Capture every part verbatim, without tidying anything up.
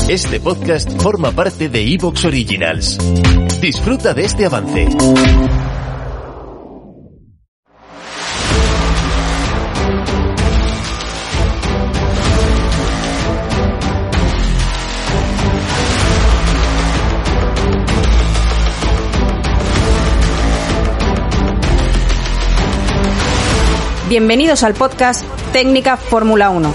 Este podcast forma parte de iVoox Originals. Disfruta de este avance. Bienvenidos al podcast Técnica Fórmula uno.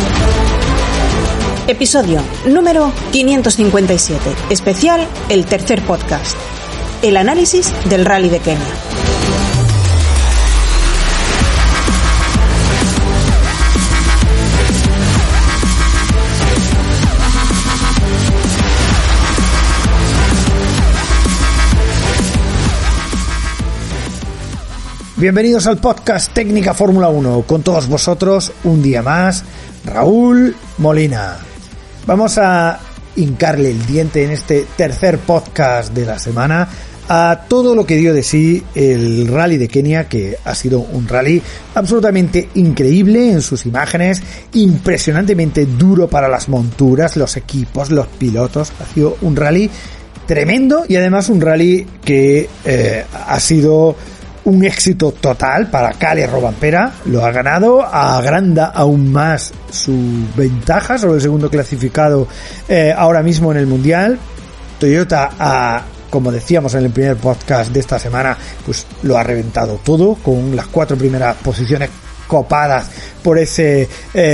Episodio número quinientos cincuenta y siete. Especial, el tercer podcast. El análisis del Rally de Kenia. Bienvenidos al podcast Técnica Fórmula uno, con todos vosotros un día más, Raúl Molina. Vamos a hincarle el diente en este tercer podcast de la semana a todo lo que dio de sí el Rally de Kenia, que ha sido un rally absolutamente increíble en sus imágenes, impresionantemente duro para las monturas, los equipos, los pilotos. Ha sido un rally tremendo y además un rally que eh, ha sido un éxito total para Kalle Rovanperä. Lo ha ganado, agranda aún más su ventaja sobre el segundo clasificado eh, ahora mismo en el Mundial. Toyota ha, como decíamos en el primer podcast de esta semana, pues lo ha reventado todo con las cuatro primeras posiciones copadas por ese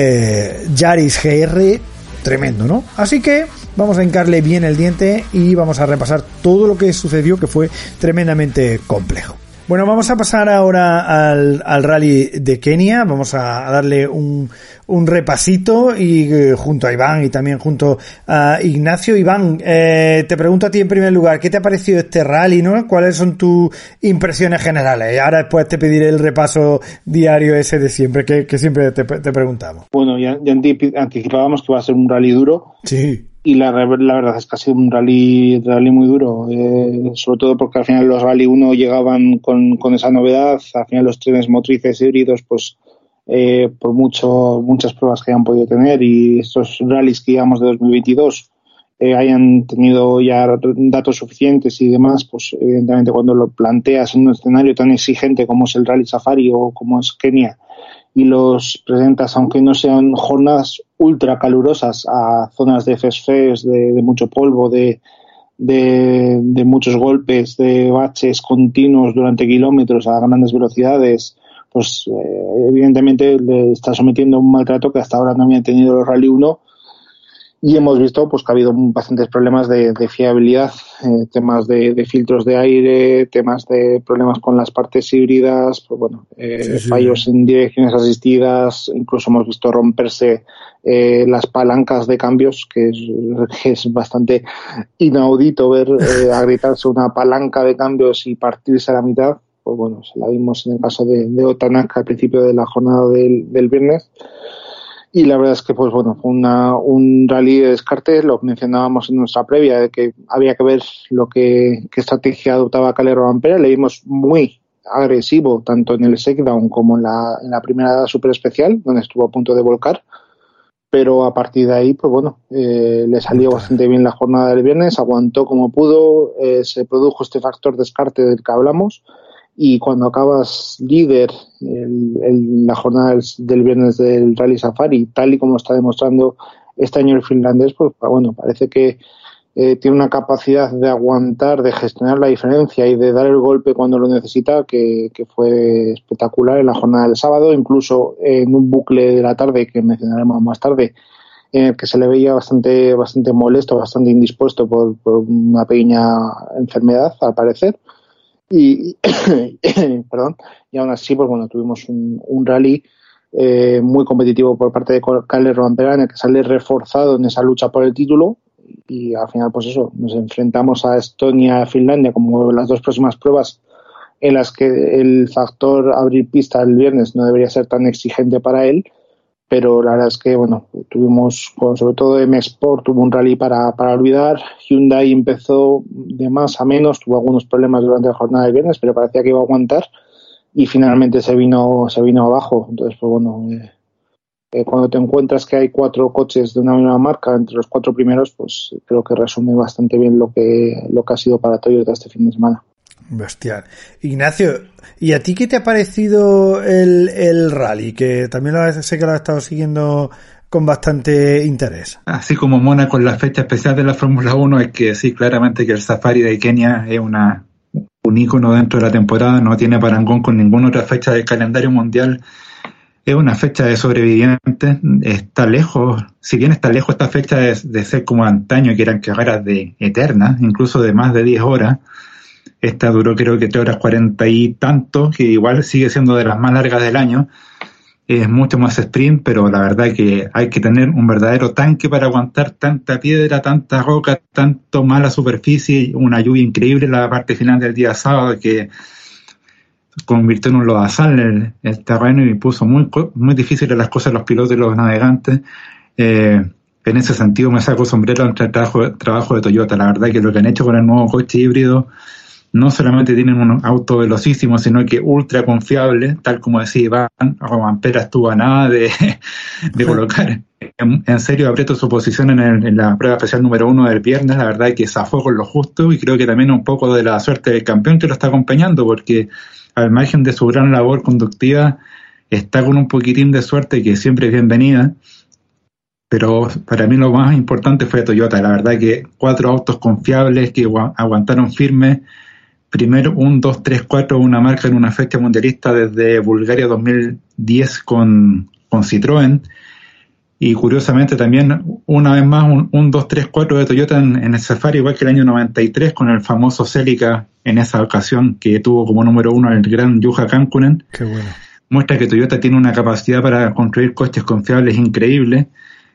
eh, Yaris G R. Tremendo, ¿no? Así que vamos a hincarle bien el diente y vamos a repasar todo lo que sucedió, que fue tremendamente complejo. Bueno, vamos a pasar ahora al, al Rally de Kenia. Vamos a, a darle un, un repasito y eh, junto a Iván y también junto a Ignacio. Iván, eh, te pregunto a ti en primer lugar, ¿qué te ha parecido este rally, no? ¿Cuáles son tus impresiones generales? Y ahora después te pediré el repaso diario ese de siempre, que, que siempre te, te preguntamos. Bueno, ya, ya anticipábamos que va a ser un rally duro. Sí. Y la, la verdad es que ha sido un rally, rally muy duro, eh, sobre todo porque al final los Rally uno llegaban con, con esa novedad. Al final los trenes motrices híbridos, pues eh, por mucho muchas pruebas que hayan podido tener, y estos rallies que llevamos de dos mil veintidós eh, hayan tenido ya datos suficientes y demás, pues evidentemente cuando lo planteas en un escenario tan exigente como es el Rally Safari o como es Kenia, y los presentas, aunque no sean jornadas ultra calurosas, a zonas de fesfes, de, de mucho polvo, de, de, de muchos golpes, de baches continuos durante kilómetros a grandes velocidades, pues eh, evidentemente le está sometiendo a un maltrato que hasta ahora no habían tenido los Rally uno. Y hemos visto pues que ha habido bastantes problemas de, de fiabilidad, eh, temas de, de filtros de aire, temas de problemas con las partes híbridas, pues bueno, eh, sí, sí. fallos en direcciones asistidas, incluso hemos visto romperse eh, las palancas de cambios, que es, que es bastante inaudito ver eh, agrietarse una palanca de cambios y partirse a la mitad. Pues bueno, se la vimos en el caso de, de Otanak al principio de la jornada del, del viernes. Y la verdad es que, pues bueno, fue una, un rally de descarte. Lo mencionábamos en nuestra previa, de que había que ver lo que, qué estrategia adoptaba Kalle Rovanperä. Le vimos muy agresivo, tanto en el shakedown como en la, en la primera super especial, donde estuvo a punto de volcar. Pero a partir de ahí, pues bueno, eh, le salió bastante bien la jornada del viernes, aguantó como pudo, eh, se produjo este factor descarte del que hablamos. Y cuando acabas líder en el, el, la jornada del, del viernes del Rally Safari, tal y como está demostrando este año el finlandés, pues bueno, parece que eh, tiene una capacidad de aguantar, de gestionar la diferencia y de dar el golpe cuando lo necesita, que, que fue espectacular en la jornada del sábado, incluso en un bucle de la tarde que mencionaremos más tarde, en el que se le veía bastante, bastante molesto, bastante indispuesto por, por una pequeña enfermedad, al parecer. Y, perdón, y aún así, pues bueno, tuvimos un, un rally eh, muy competitivo por parte de Kalle Rovanperä, en el que sale reforzado en esa lucha por el título, y al final, pues eso, nos enfrentamos a Estonia, Finlandia, como las dos próximas pruebas en las que el factor abrir pista el viernes no debería ser tan exigente para él. Pero la verdad es que, bueno, tuvimos, sobre todo M Sport tuvo un rally para, para olvidar. Hyundai empezó de más a menos, tuvo algunos problemas durante la jornada del viernes, pero parecía que iba a aguantar y finalmente se vino se vino abajo. Entonces, pues bueno, eh, eh, cuando te encuentras que hay cuatro coches de una misma marca entre los cuatro primeros, pues creo que resume bastante bien lo que, lo que ha sido para Toyota este fin de semana. Bestial. Ignacio, ¿y a ti qué te ha parecido el, el rally? Que también lo, sé que lo has estado siguiendo con bastante interés. Así como Mónaco en la fecha especial de la Fórmula uno, es que sí, claramente que el Safari de Kenia es una, un ícono dentro de la temporada, no tiene parangón con ninguna otra fecha del calendario mundial. Es una fecha de sobrevivientes, está lejos, si bien está lejos esta fecha de, de ser como antaño, que eran carreras de eternas, incluso de más de diez horas. Esta duró creo que tres horas cuarenta y tanto, que igual sigue siendo de las más largas del año. Es mucho más sprint, pero la verdad que hay que tener un verdadero tanque para aguantar tanta piedra, tanta roca, tanto mala superficie, una lluvia increíble en la parte final del día sábado que convirtió en un lodazal el, el terreno y puso muy muy difíciles las cosas a los pilotos y los navegantes. Eh, en ese sentido me saco sombrero entre el trabajo, trabajo de Toyota. La verdad que lo que han hecho con el nuevo coche híbrido, no solamente tienen un auto velocísimo, sino que ultra confiable, tal como decía Iván, Rovanpera estuvo a nada de, de colocar en, en serio aprieto su posición en, el, en la prueba especial número uno del viernes. La verdad es que zafó con lo justo y creo que también un poco de la suerte del campeón que lo está acompañando, porque al margen de su gran labor conductiva, está con un poquitín de suerte que siempre es bienvenida. Pero para mí lo más importante fue Toyota. La verdad que cuatro autos confiables que aguantaron firmes. Primero un dos tres cuatro, una marca en una fecha mundialista desde Bulgaria dos mil diez con, con Citroën. Y curiosamente también, una vez más, un, un dos tres cuatro de Toyota en, en el Safari, igual que el año noventa y tres, con el famoso Celica en esa ocasión, que tuvo como número uno el gran Juha Kankkunen. Qué bueno. Muestra que Toyota tiene una capacidad para construir coches confiables increíble.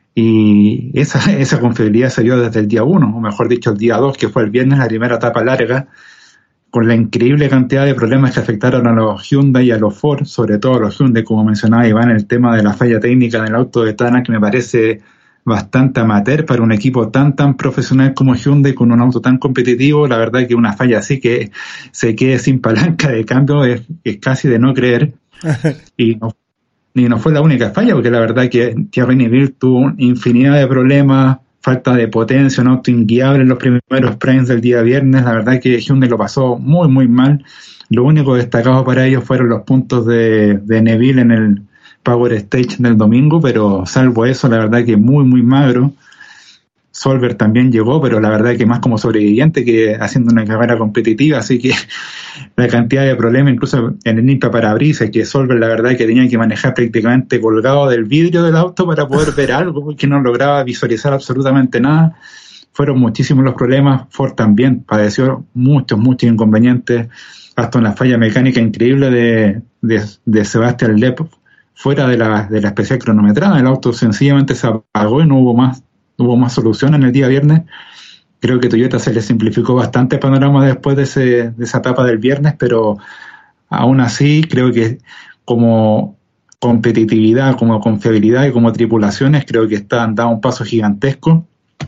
Y esa, esa confiabilidad se dio desde el día uno, o mejor dicho, el día dos, que fue el viernes, la primera etapa larga, con la increíble cantidad de problemas que afectaron a los Hyundai y a los Ford, sobre todo a los Hyundai, como mencionaba Iván, el tema de la falla técnica del auto de Tanak, que me parece bastante amateur para un equipo tan tan profesional como Hyundai, con un auto tan competitivo. La verdad que una falla así que se quede sin palanca de cambio es, es casi de no creer. Y no, y no fue la única falla, porque la verdad que Thierry Neuville tuvo infinidad de problemas, falta de potencia, un auto inguiable en los primeros primes del día viernes. La verdad que Hyundai lo pasó muy muy mal. Lo único destacado para ellos fueron los puntos de, de Neville en el Power Stage del domingo, pero salvo eso, la verdad que muy muy magro. Solberg también llegó, pero la verdad que más como sobreviviente que haciendo una carrera competitiva, así que la cantidad de problemas, incluso en el limpia parabrisas, que Solberg la verdad que tenía que manejar prácticamente colgado del vidrio del auto para poder ver algo, porque no lograba visualizar absolutamente nada. Fueron muchísimos los problemas. Ford también padeció muchos, muchos inconvenientes, hasta una falla mecánica increíble de, de, de Sebastian Loeb fuera de la, de la especial cronometrada. El auto sencillamente se apagó y no hubo más hubo más solución en el día viernes. Creo que Toyota se le simplificó bastante el panorama después de, ese, de esa etapa del viernes, pero aún así creo que como competitividad, como confiabilidad y como tripulaciones, creo que están dando un paso gigantesco.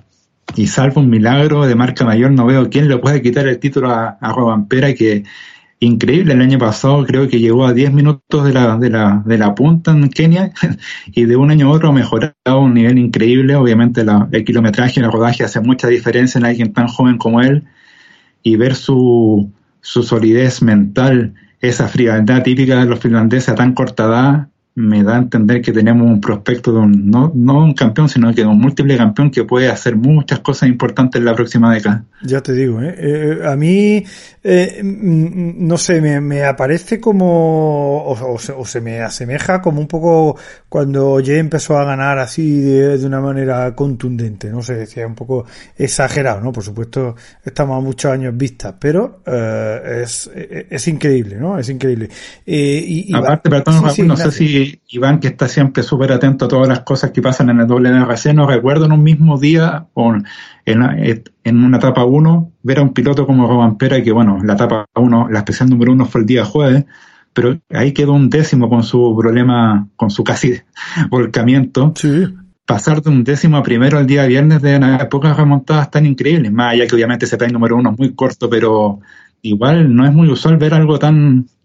Y salvo un milagro de marca mayor, no veo quién le puede quitar el título a, a Rovanpera, que increíble, el año pasado creo que llegó a diez minutos de la, de la, de la punta en Kenia y de un año a otro ha mejorado a un nivel increíble. Obviamente la, el kilometraje y el rodaje hace mucha diferencia en alguien tan joven como él, y ver su, su solidez mental, esa frialdad típica de los finlandeses a tan corta edad, me da a entender que tenemos un prospecto de un, no, no un campeón, sino que de un múltiple campeón que puede hacer muchas cosas importantes en la próxima década. Ya te digo, ¿eh? Eh, a mí, eh, no sé, me, me aparece como, o, o, o se me asemeja como un poco cuando Ye empezó a ganar así de, de una manera contundente, no sé, decía un poco exagerado, ¿no? Por supuesto, estamos a muchos años vistas, pero eh, es, es increíble, ¿no? Es increíble. Eh, y, y Aparte, va, perdón, sí, no sí, sé si Iván, que está siempre súper atento a todas las cosas que pasan en el W R C, no recuerdo en un mismo día o en, en una etapa uno ver a un piloto como Rovanpera, que bueno, la etapa uno, la especial número uno fue el día jueves, pero ahí quedó un décimo con su problema, con su casi volcamiento. Sí. Pasar de un décimo a primero el día viernes de una pocas remontadas tan increíbles, más allá que obviamente ese P número uno es muy corto, pero igual no es muy usual ver algo tan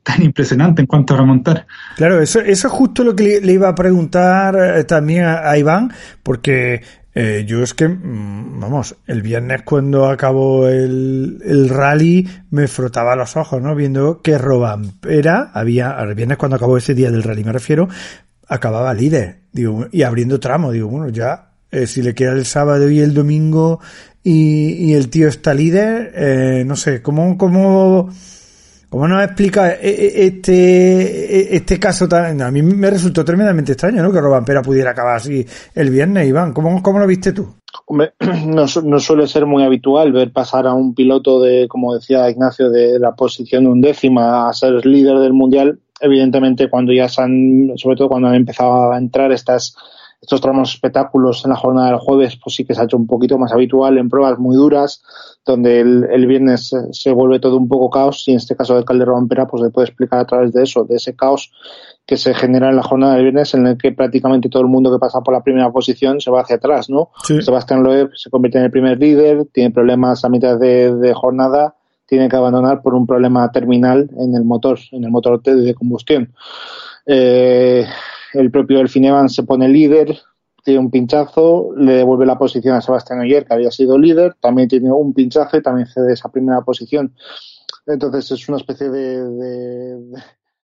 tan impresionante en cuanto a remontar. Claro, eso, eso es justo lo que le, le iba a preguntar eh, también a, a Iván, porque eh, yo es que, mmm, vamos, el viernes cuando acabó el, el rally me frotaba los ojos, ¿no? Viendo que Rovanpera había, el viernes cuando acabó ese día del rally me refiero, acababa líder, digo, y abriendo tramo, digo, bueno, ya, eh, si le queda el sábado y el domingo y, y el tío está líder, eh, no sé, ¿cómo, cómo, cómo nos explica este, este caso tan, a mí me resultó tremendamente extraño, ¿no? Que Rovanpera pudiera acabar así el viernes, Iván, ¿cómo, cómo lo viste tú? Hombre, no, no suele ser muy habitual ver pasar a un piloto de, como decía Ignacio, de la posición undécima a ser líder del mundial. Evidentemente, cuando ya se han, sobre todo cuando han empezado a entrar estas, estos tramos espectáculos en la jornada del jueves, pues sí que se ha hecho un poquito más habitual en pruebas muy duras, donde el, el viernes se, se vuelve todo un poco caos, y en este caso del Cal de Rovanpera, pues se puede explicar a través de eso, de ese caos que se genera en la jornada del viernes, en el que prácticamente todo el mundo que pasa por la primera posición se va hacia atrás, ¿no? Sí. Sebastián Loeb se convierte en el primer líder, tiene problemas a mitad de, de jornada, tiene que abandonar por un problema terminal en el motor, en el motor de combustión. Eh, el propio Elfyn Evans se pone líder, tiene un pinchazo, le devuelve la posición a Sebastián Ogier, que había sido líder, también tiene un pinchazo y también cede esa primera posición. Entonces es una especie de... de, de...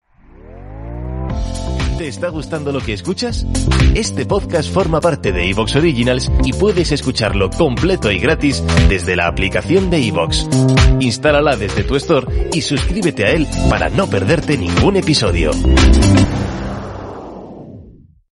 ¿Te está gustando lo que escuchas? Este podcast forma parte de iVoox Originals y puedes escucharlo completo y gratis desde la aplicación de iVoox. Instálala desde tu store y suscríbete a él para no perderte ningún episodio.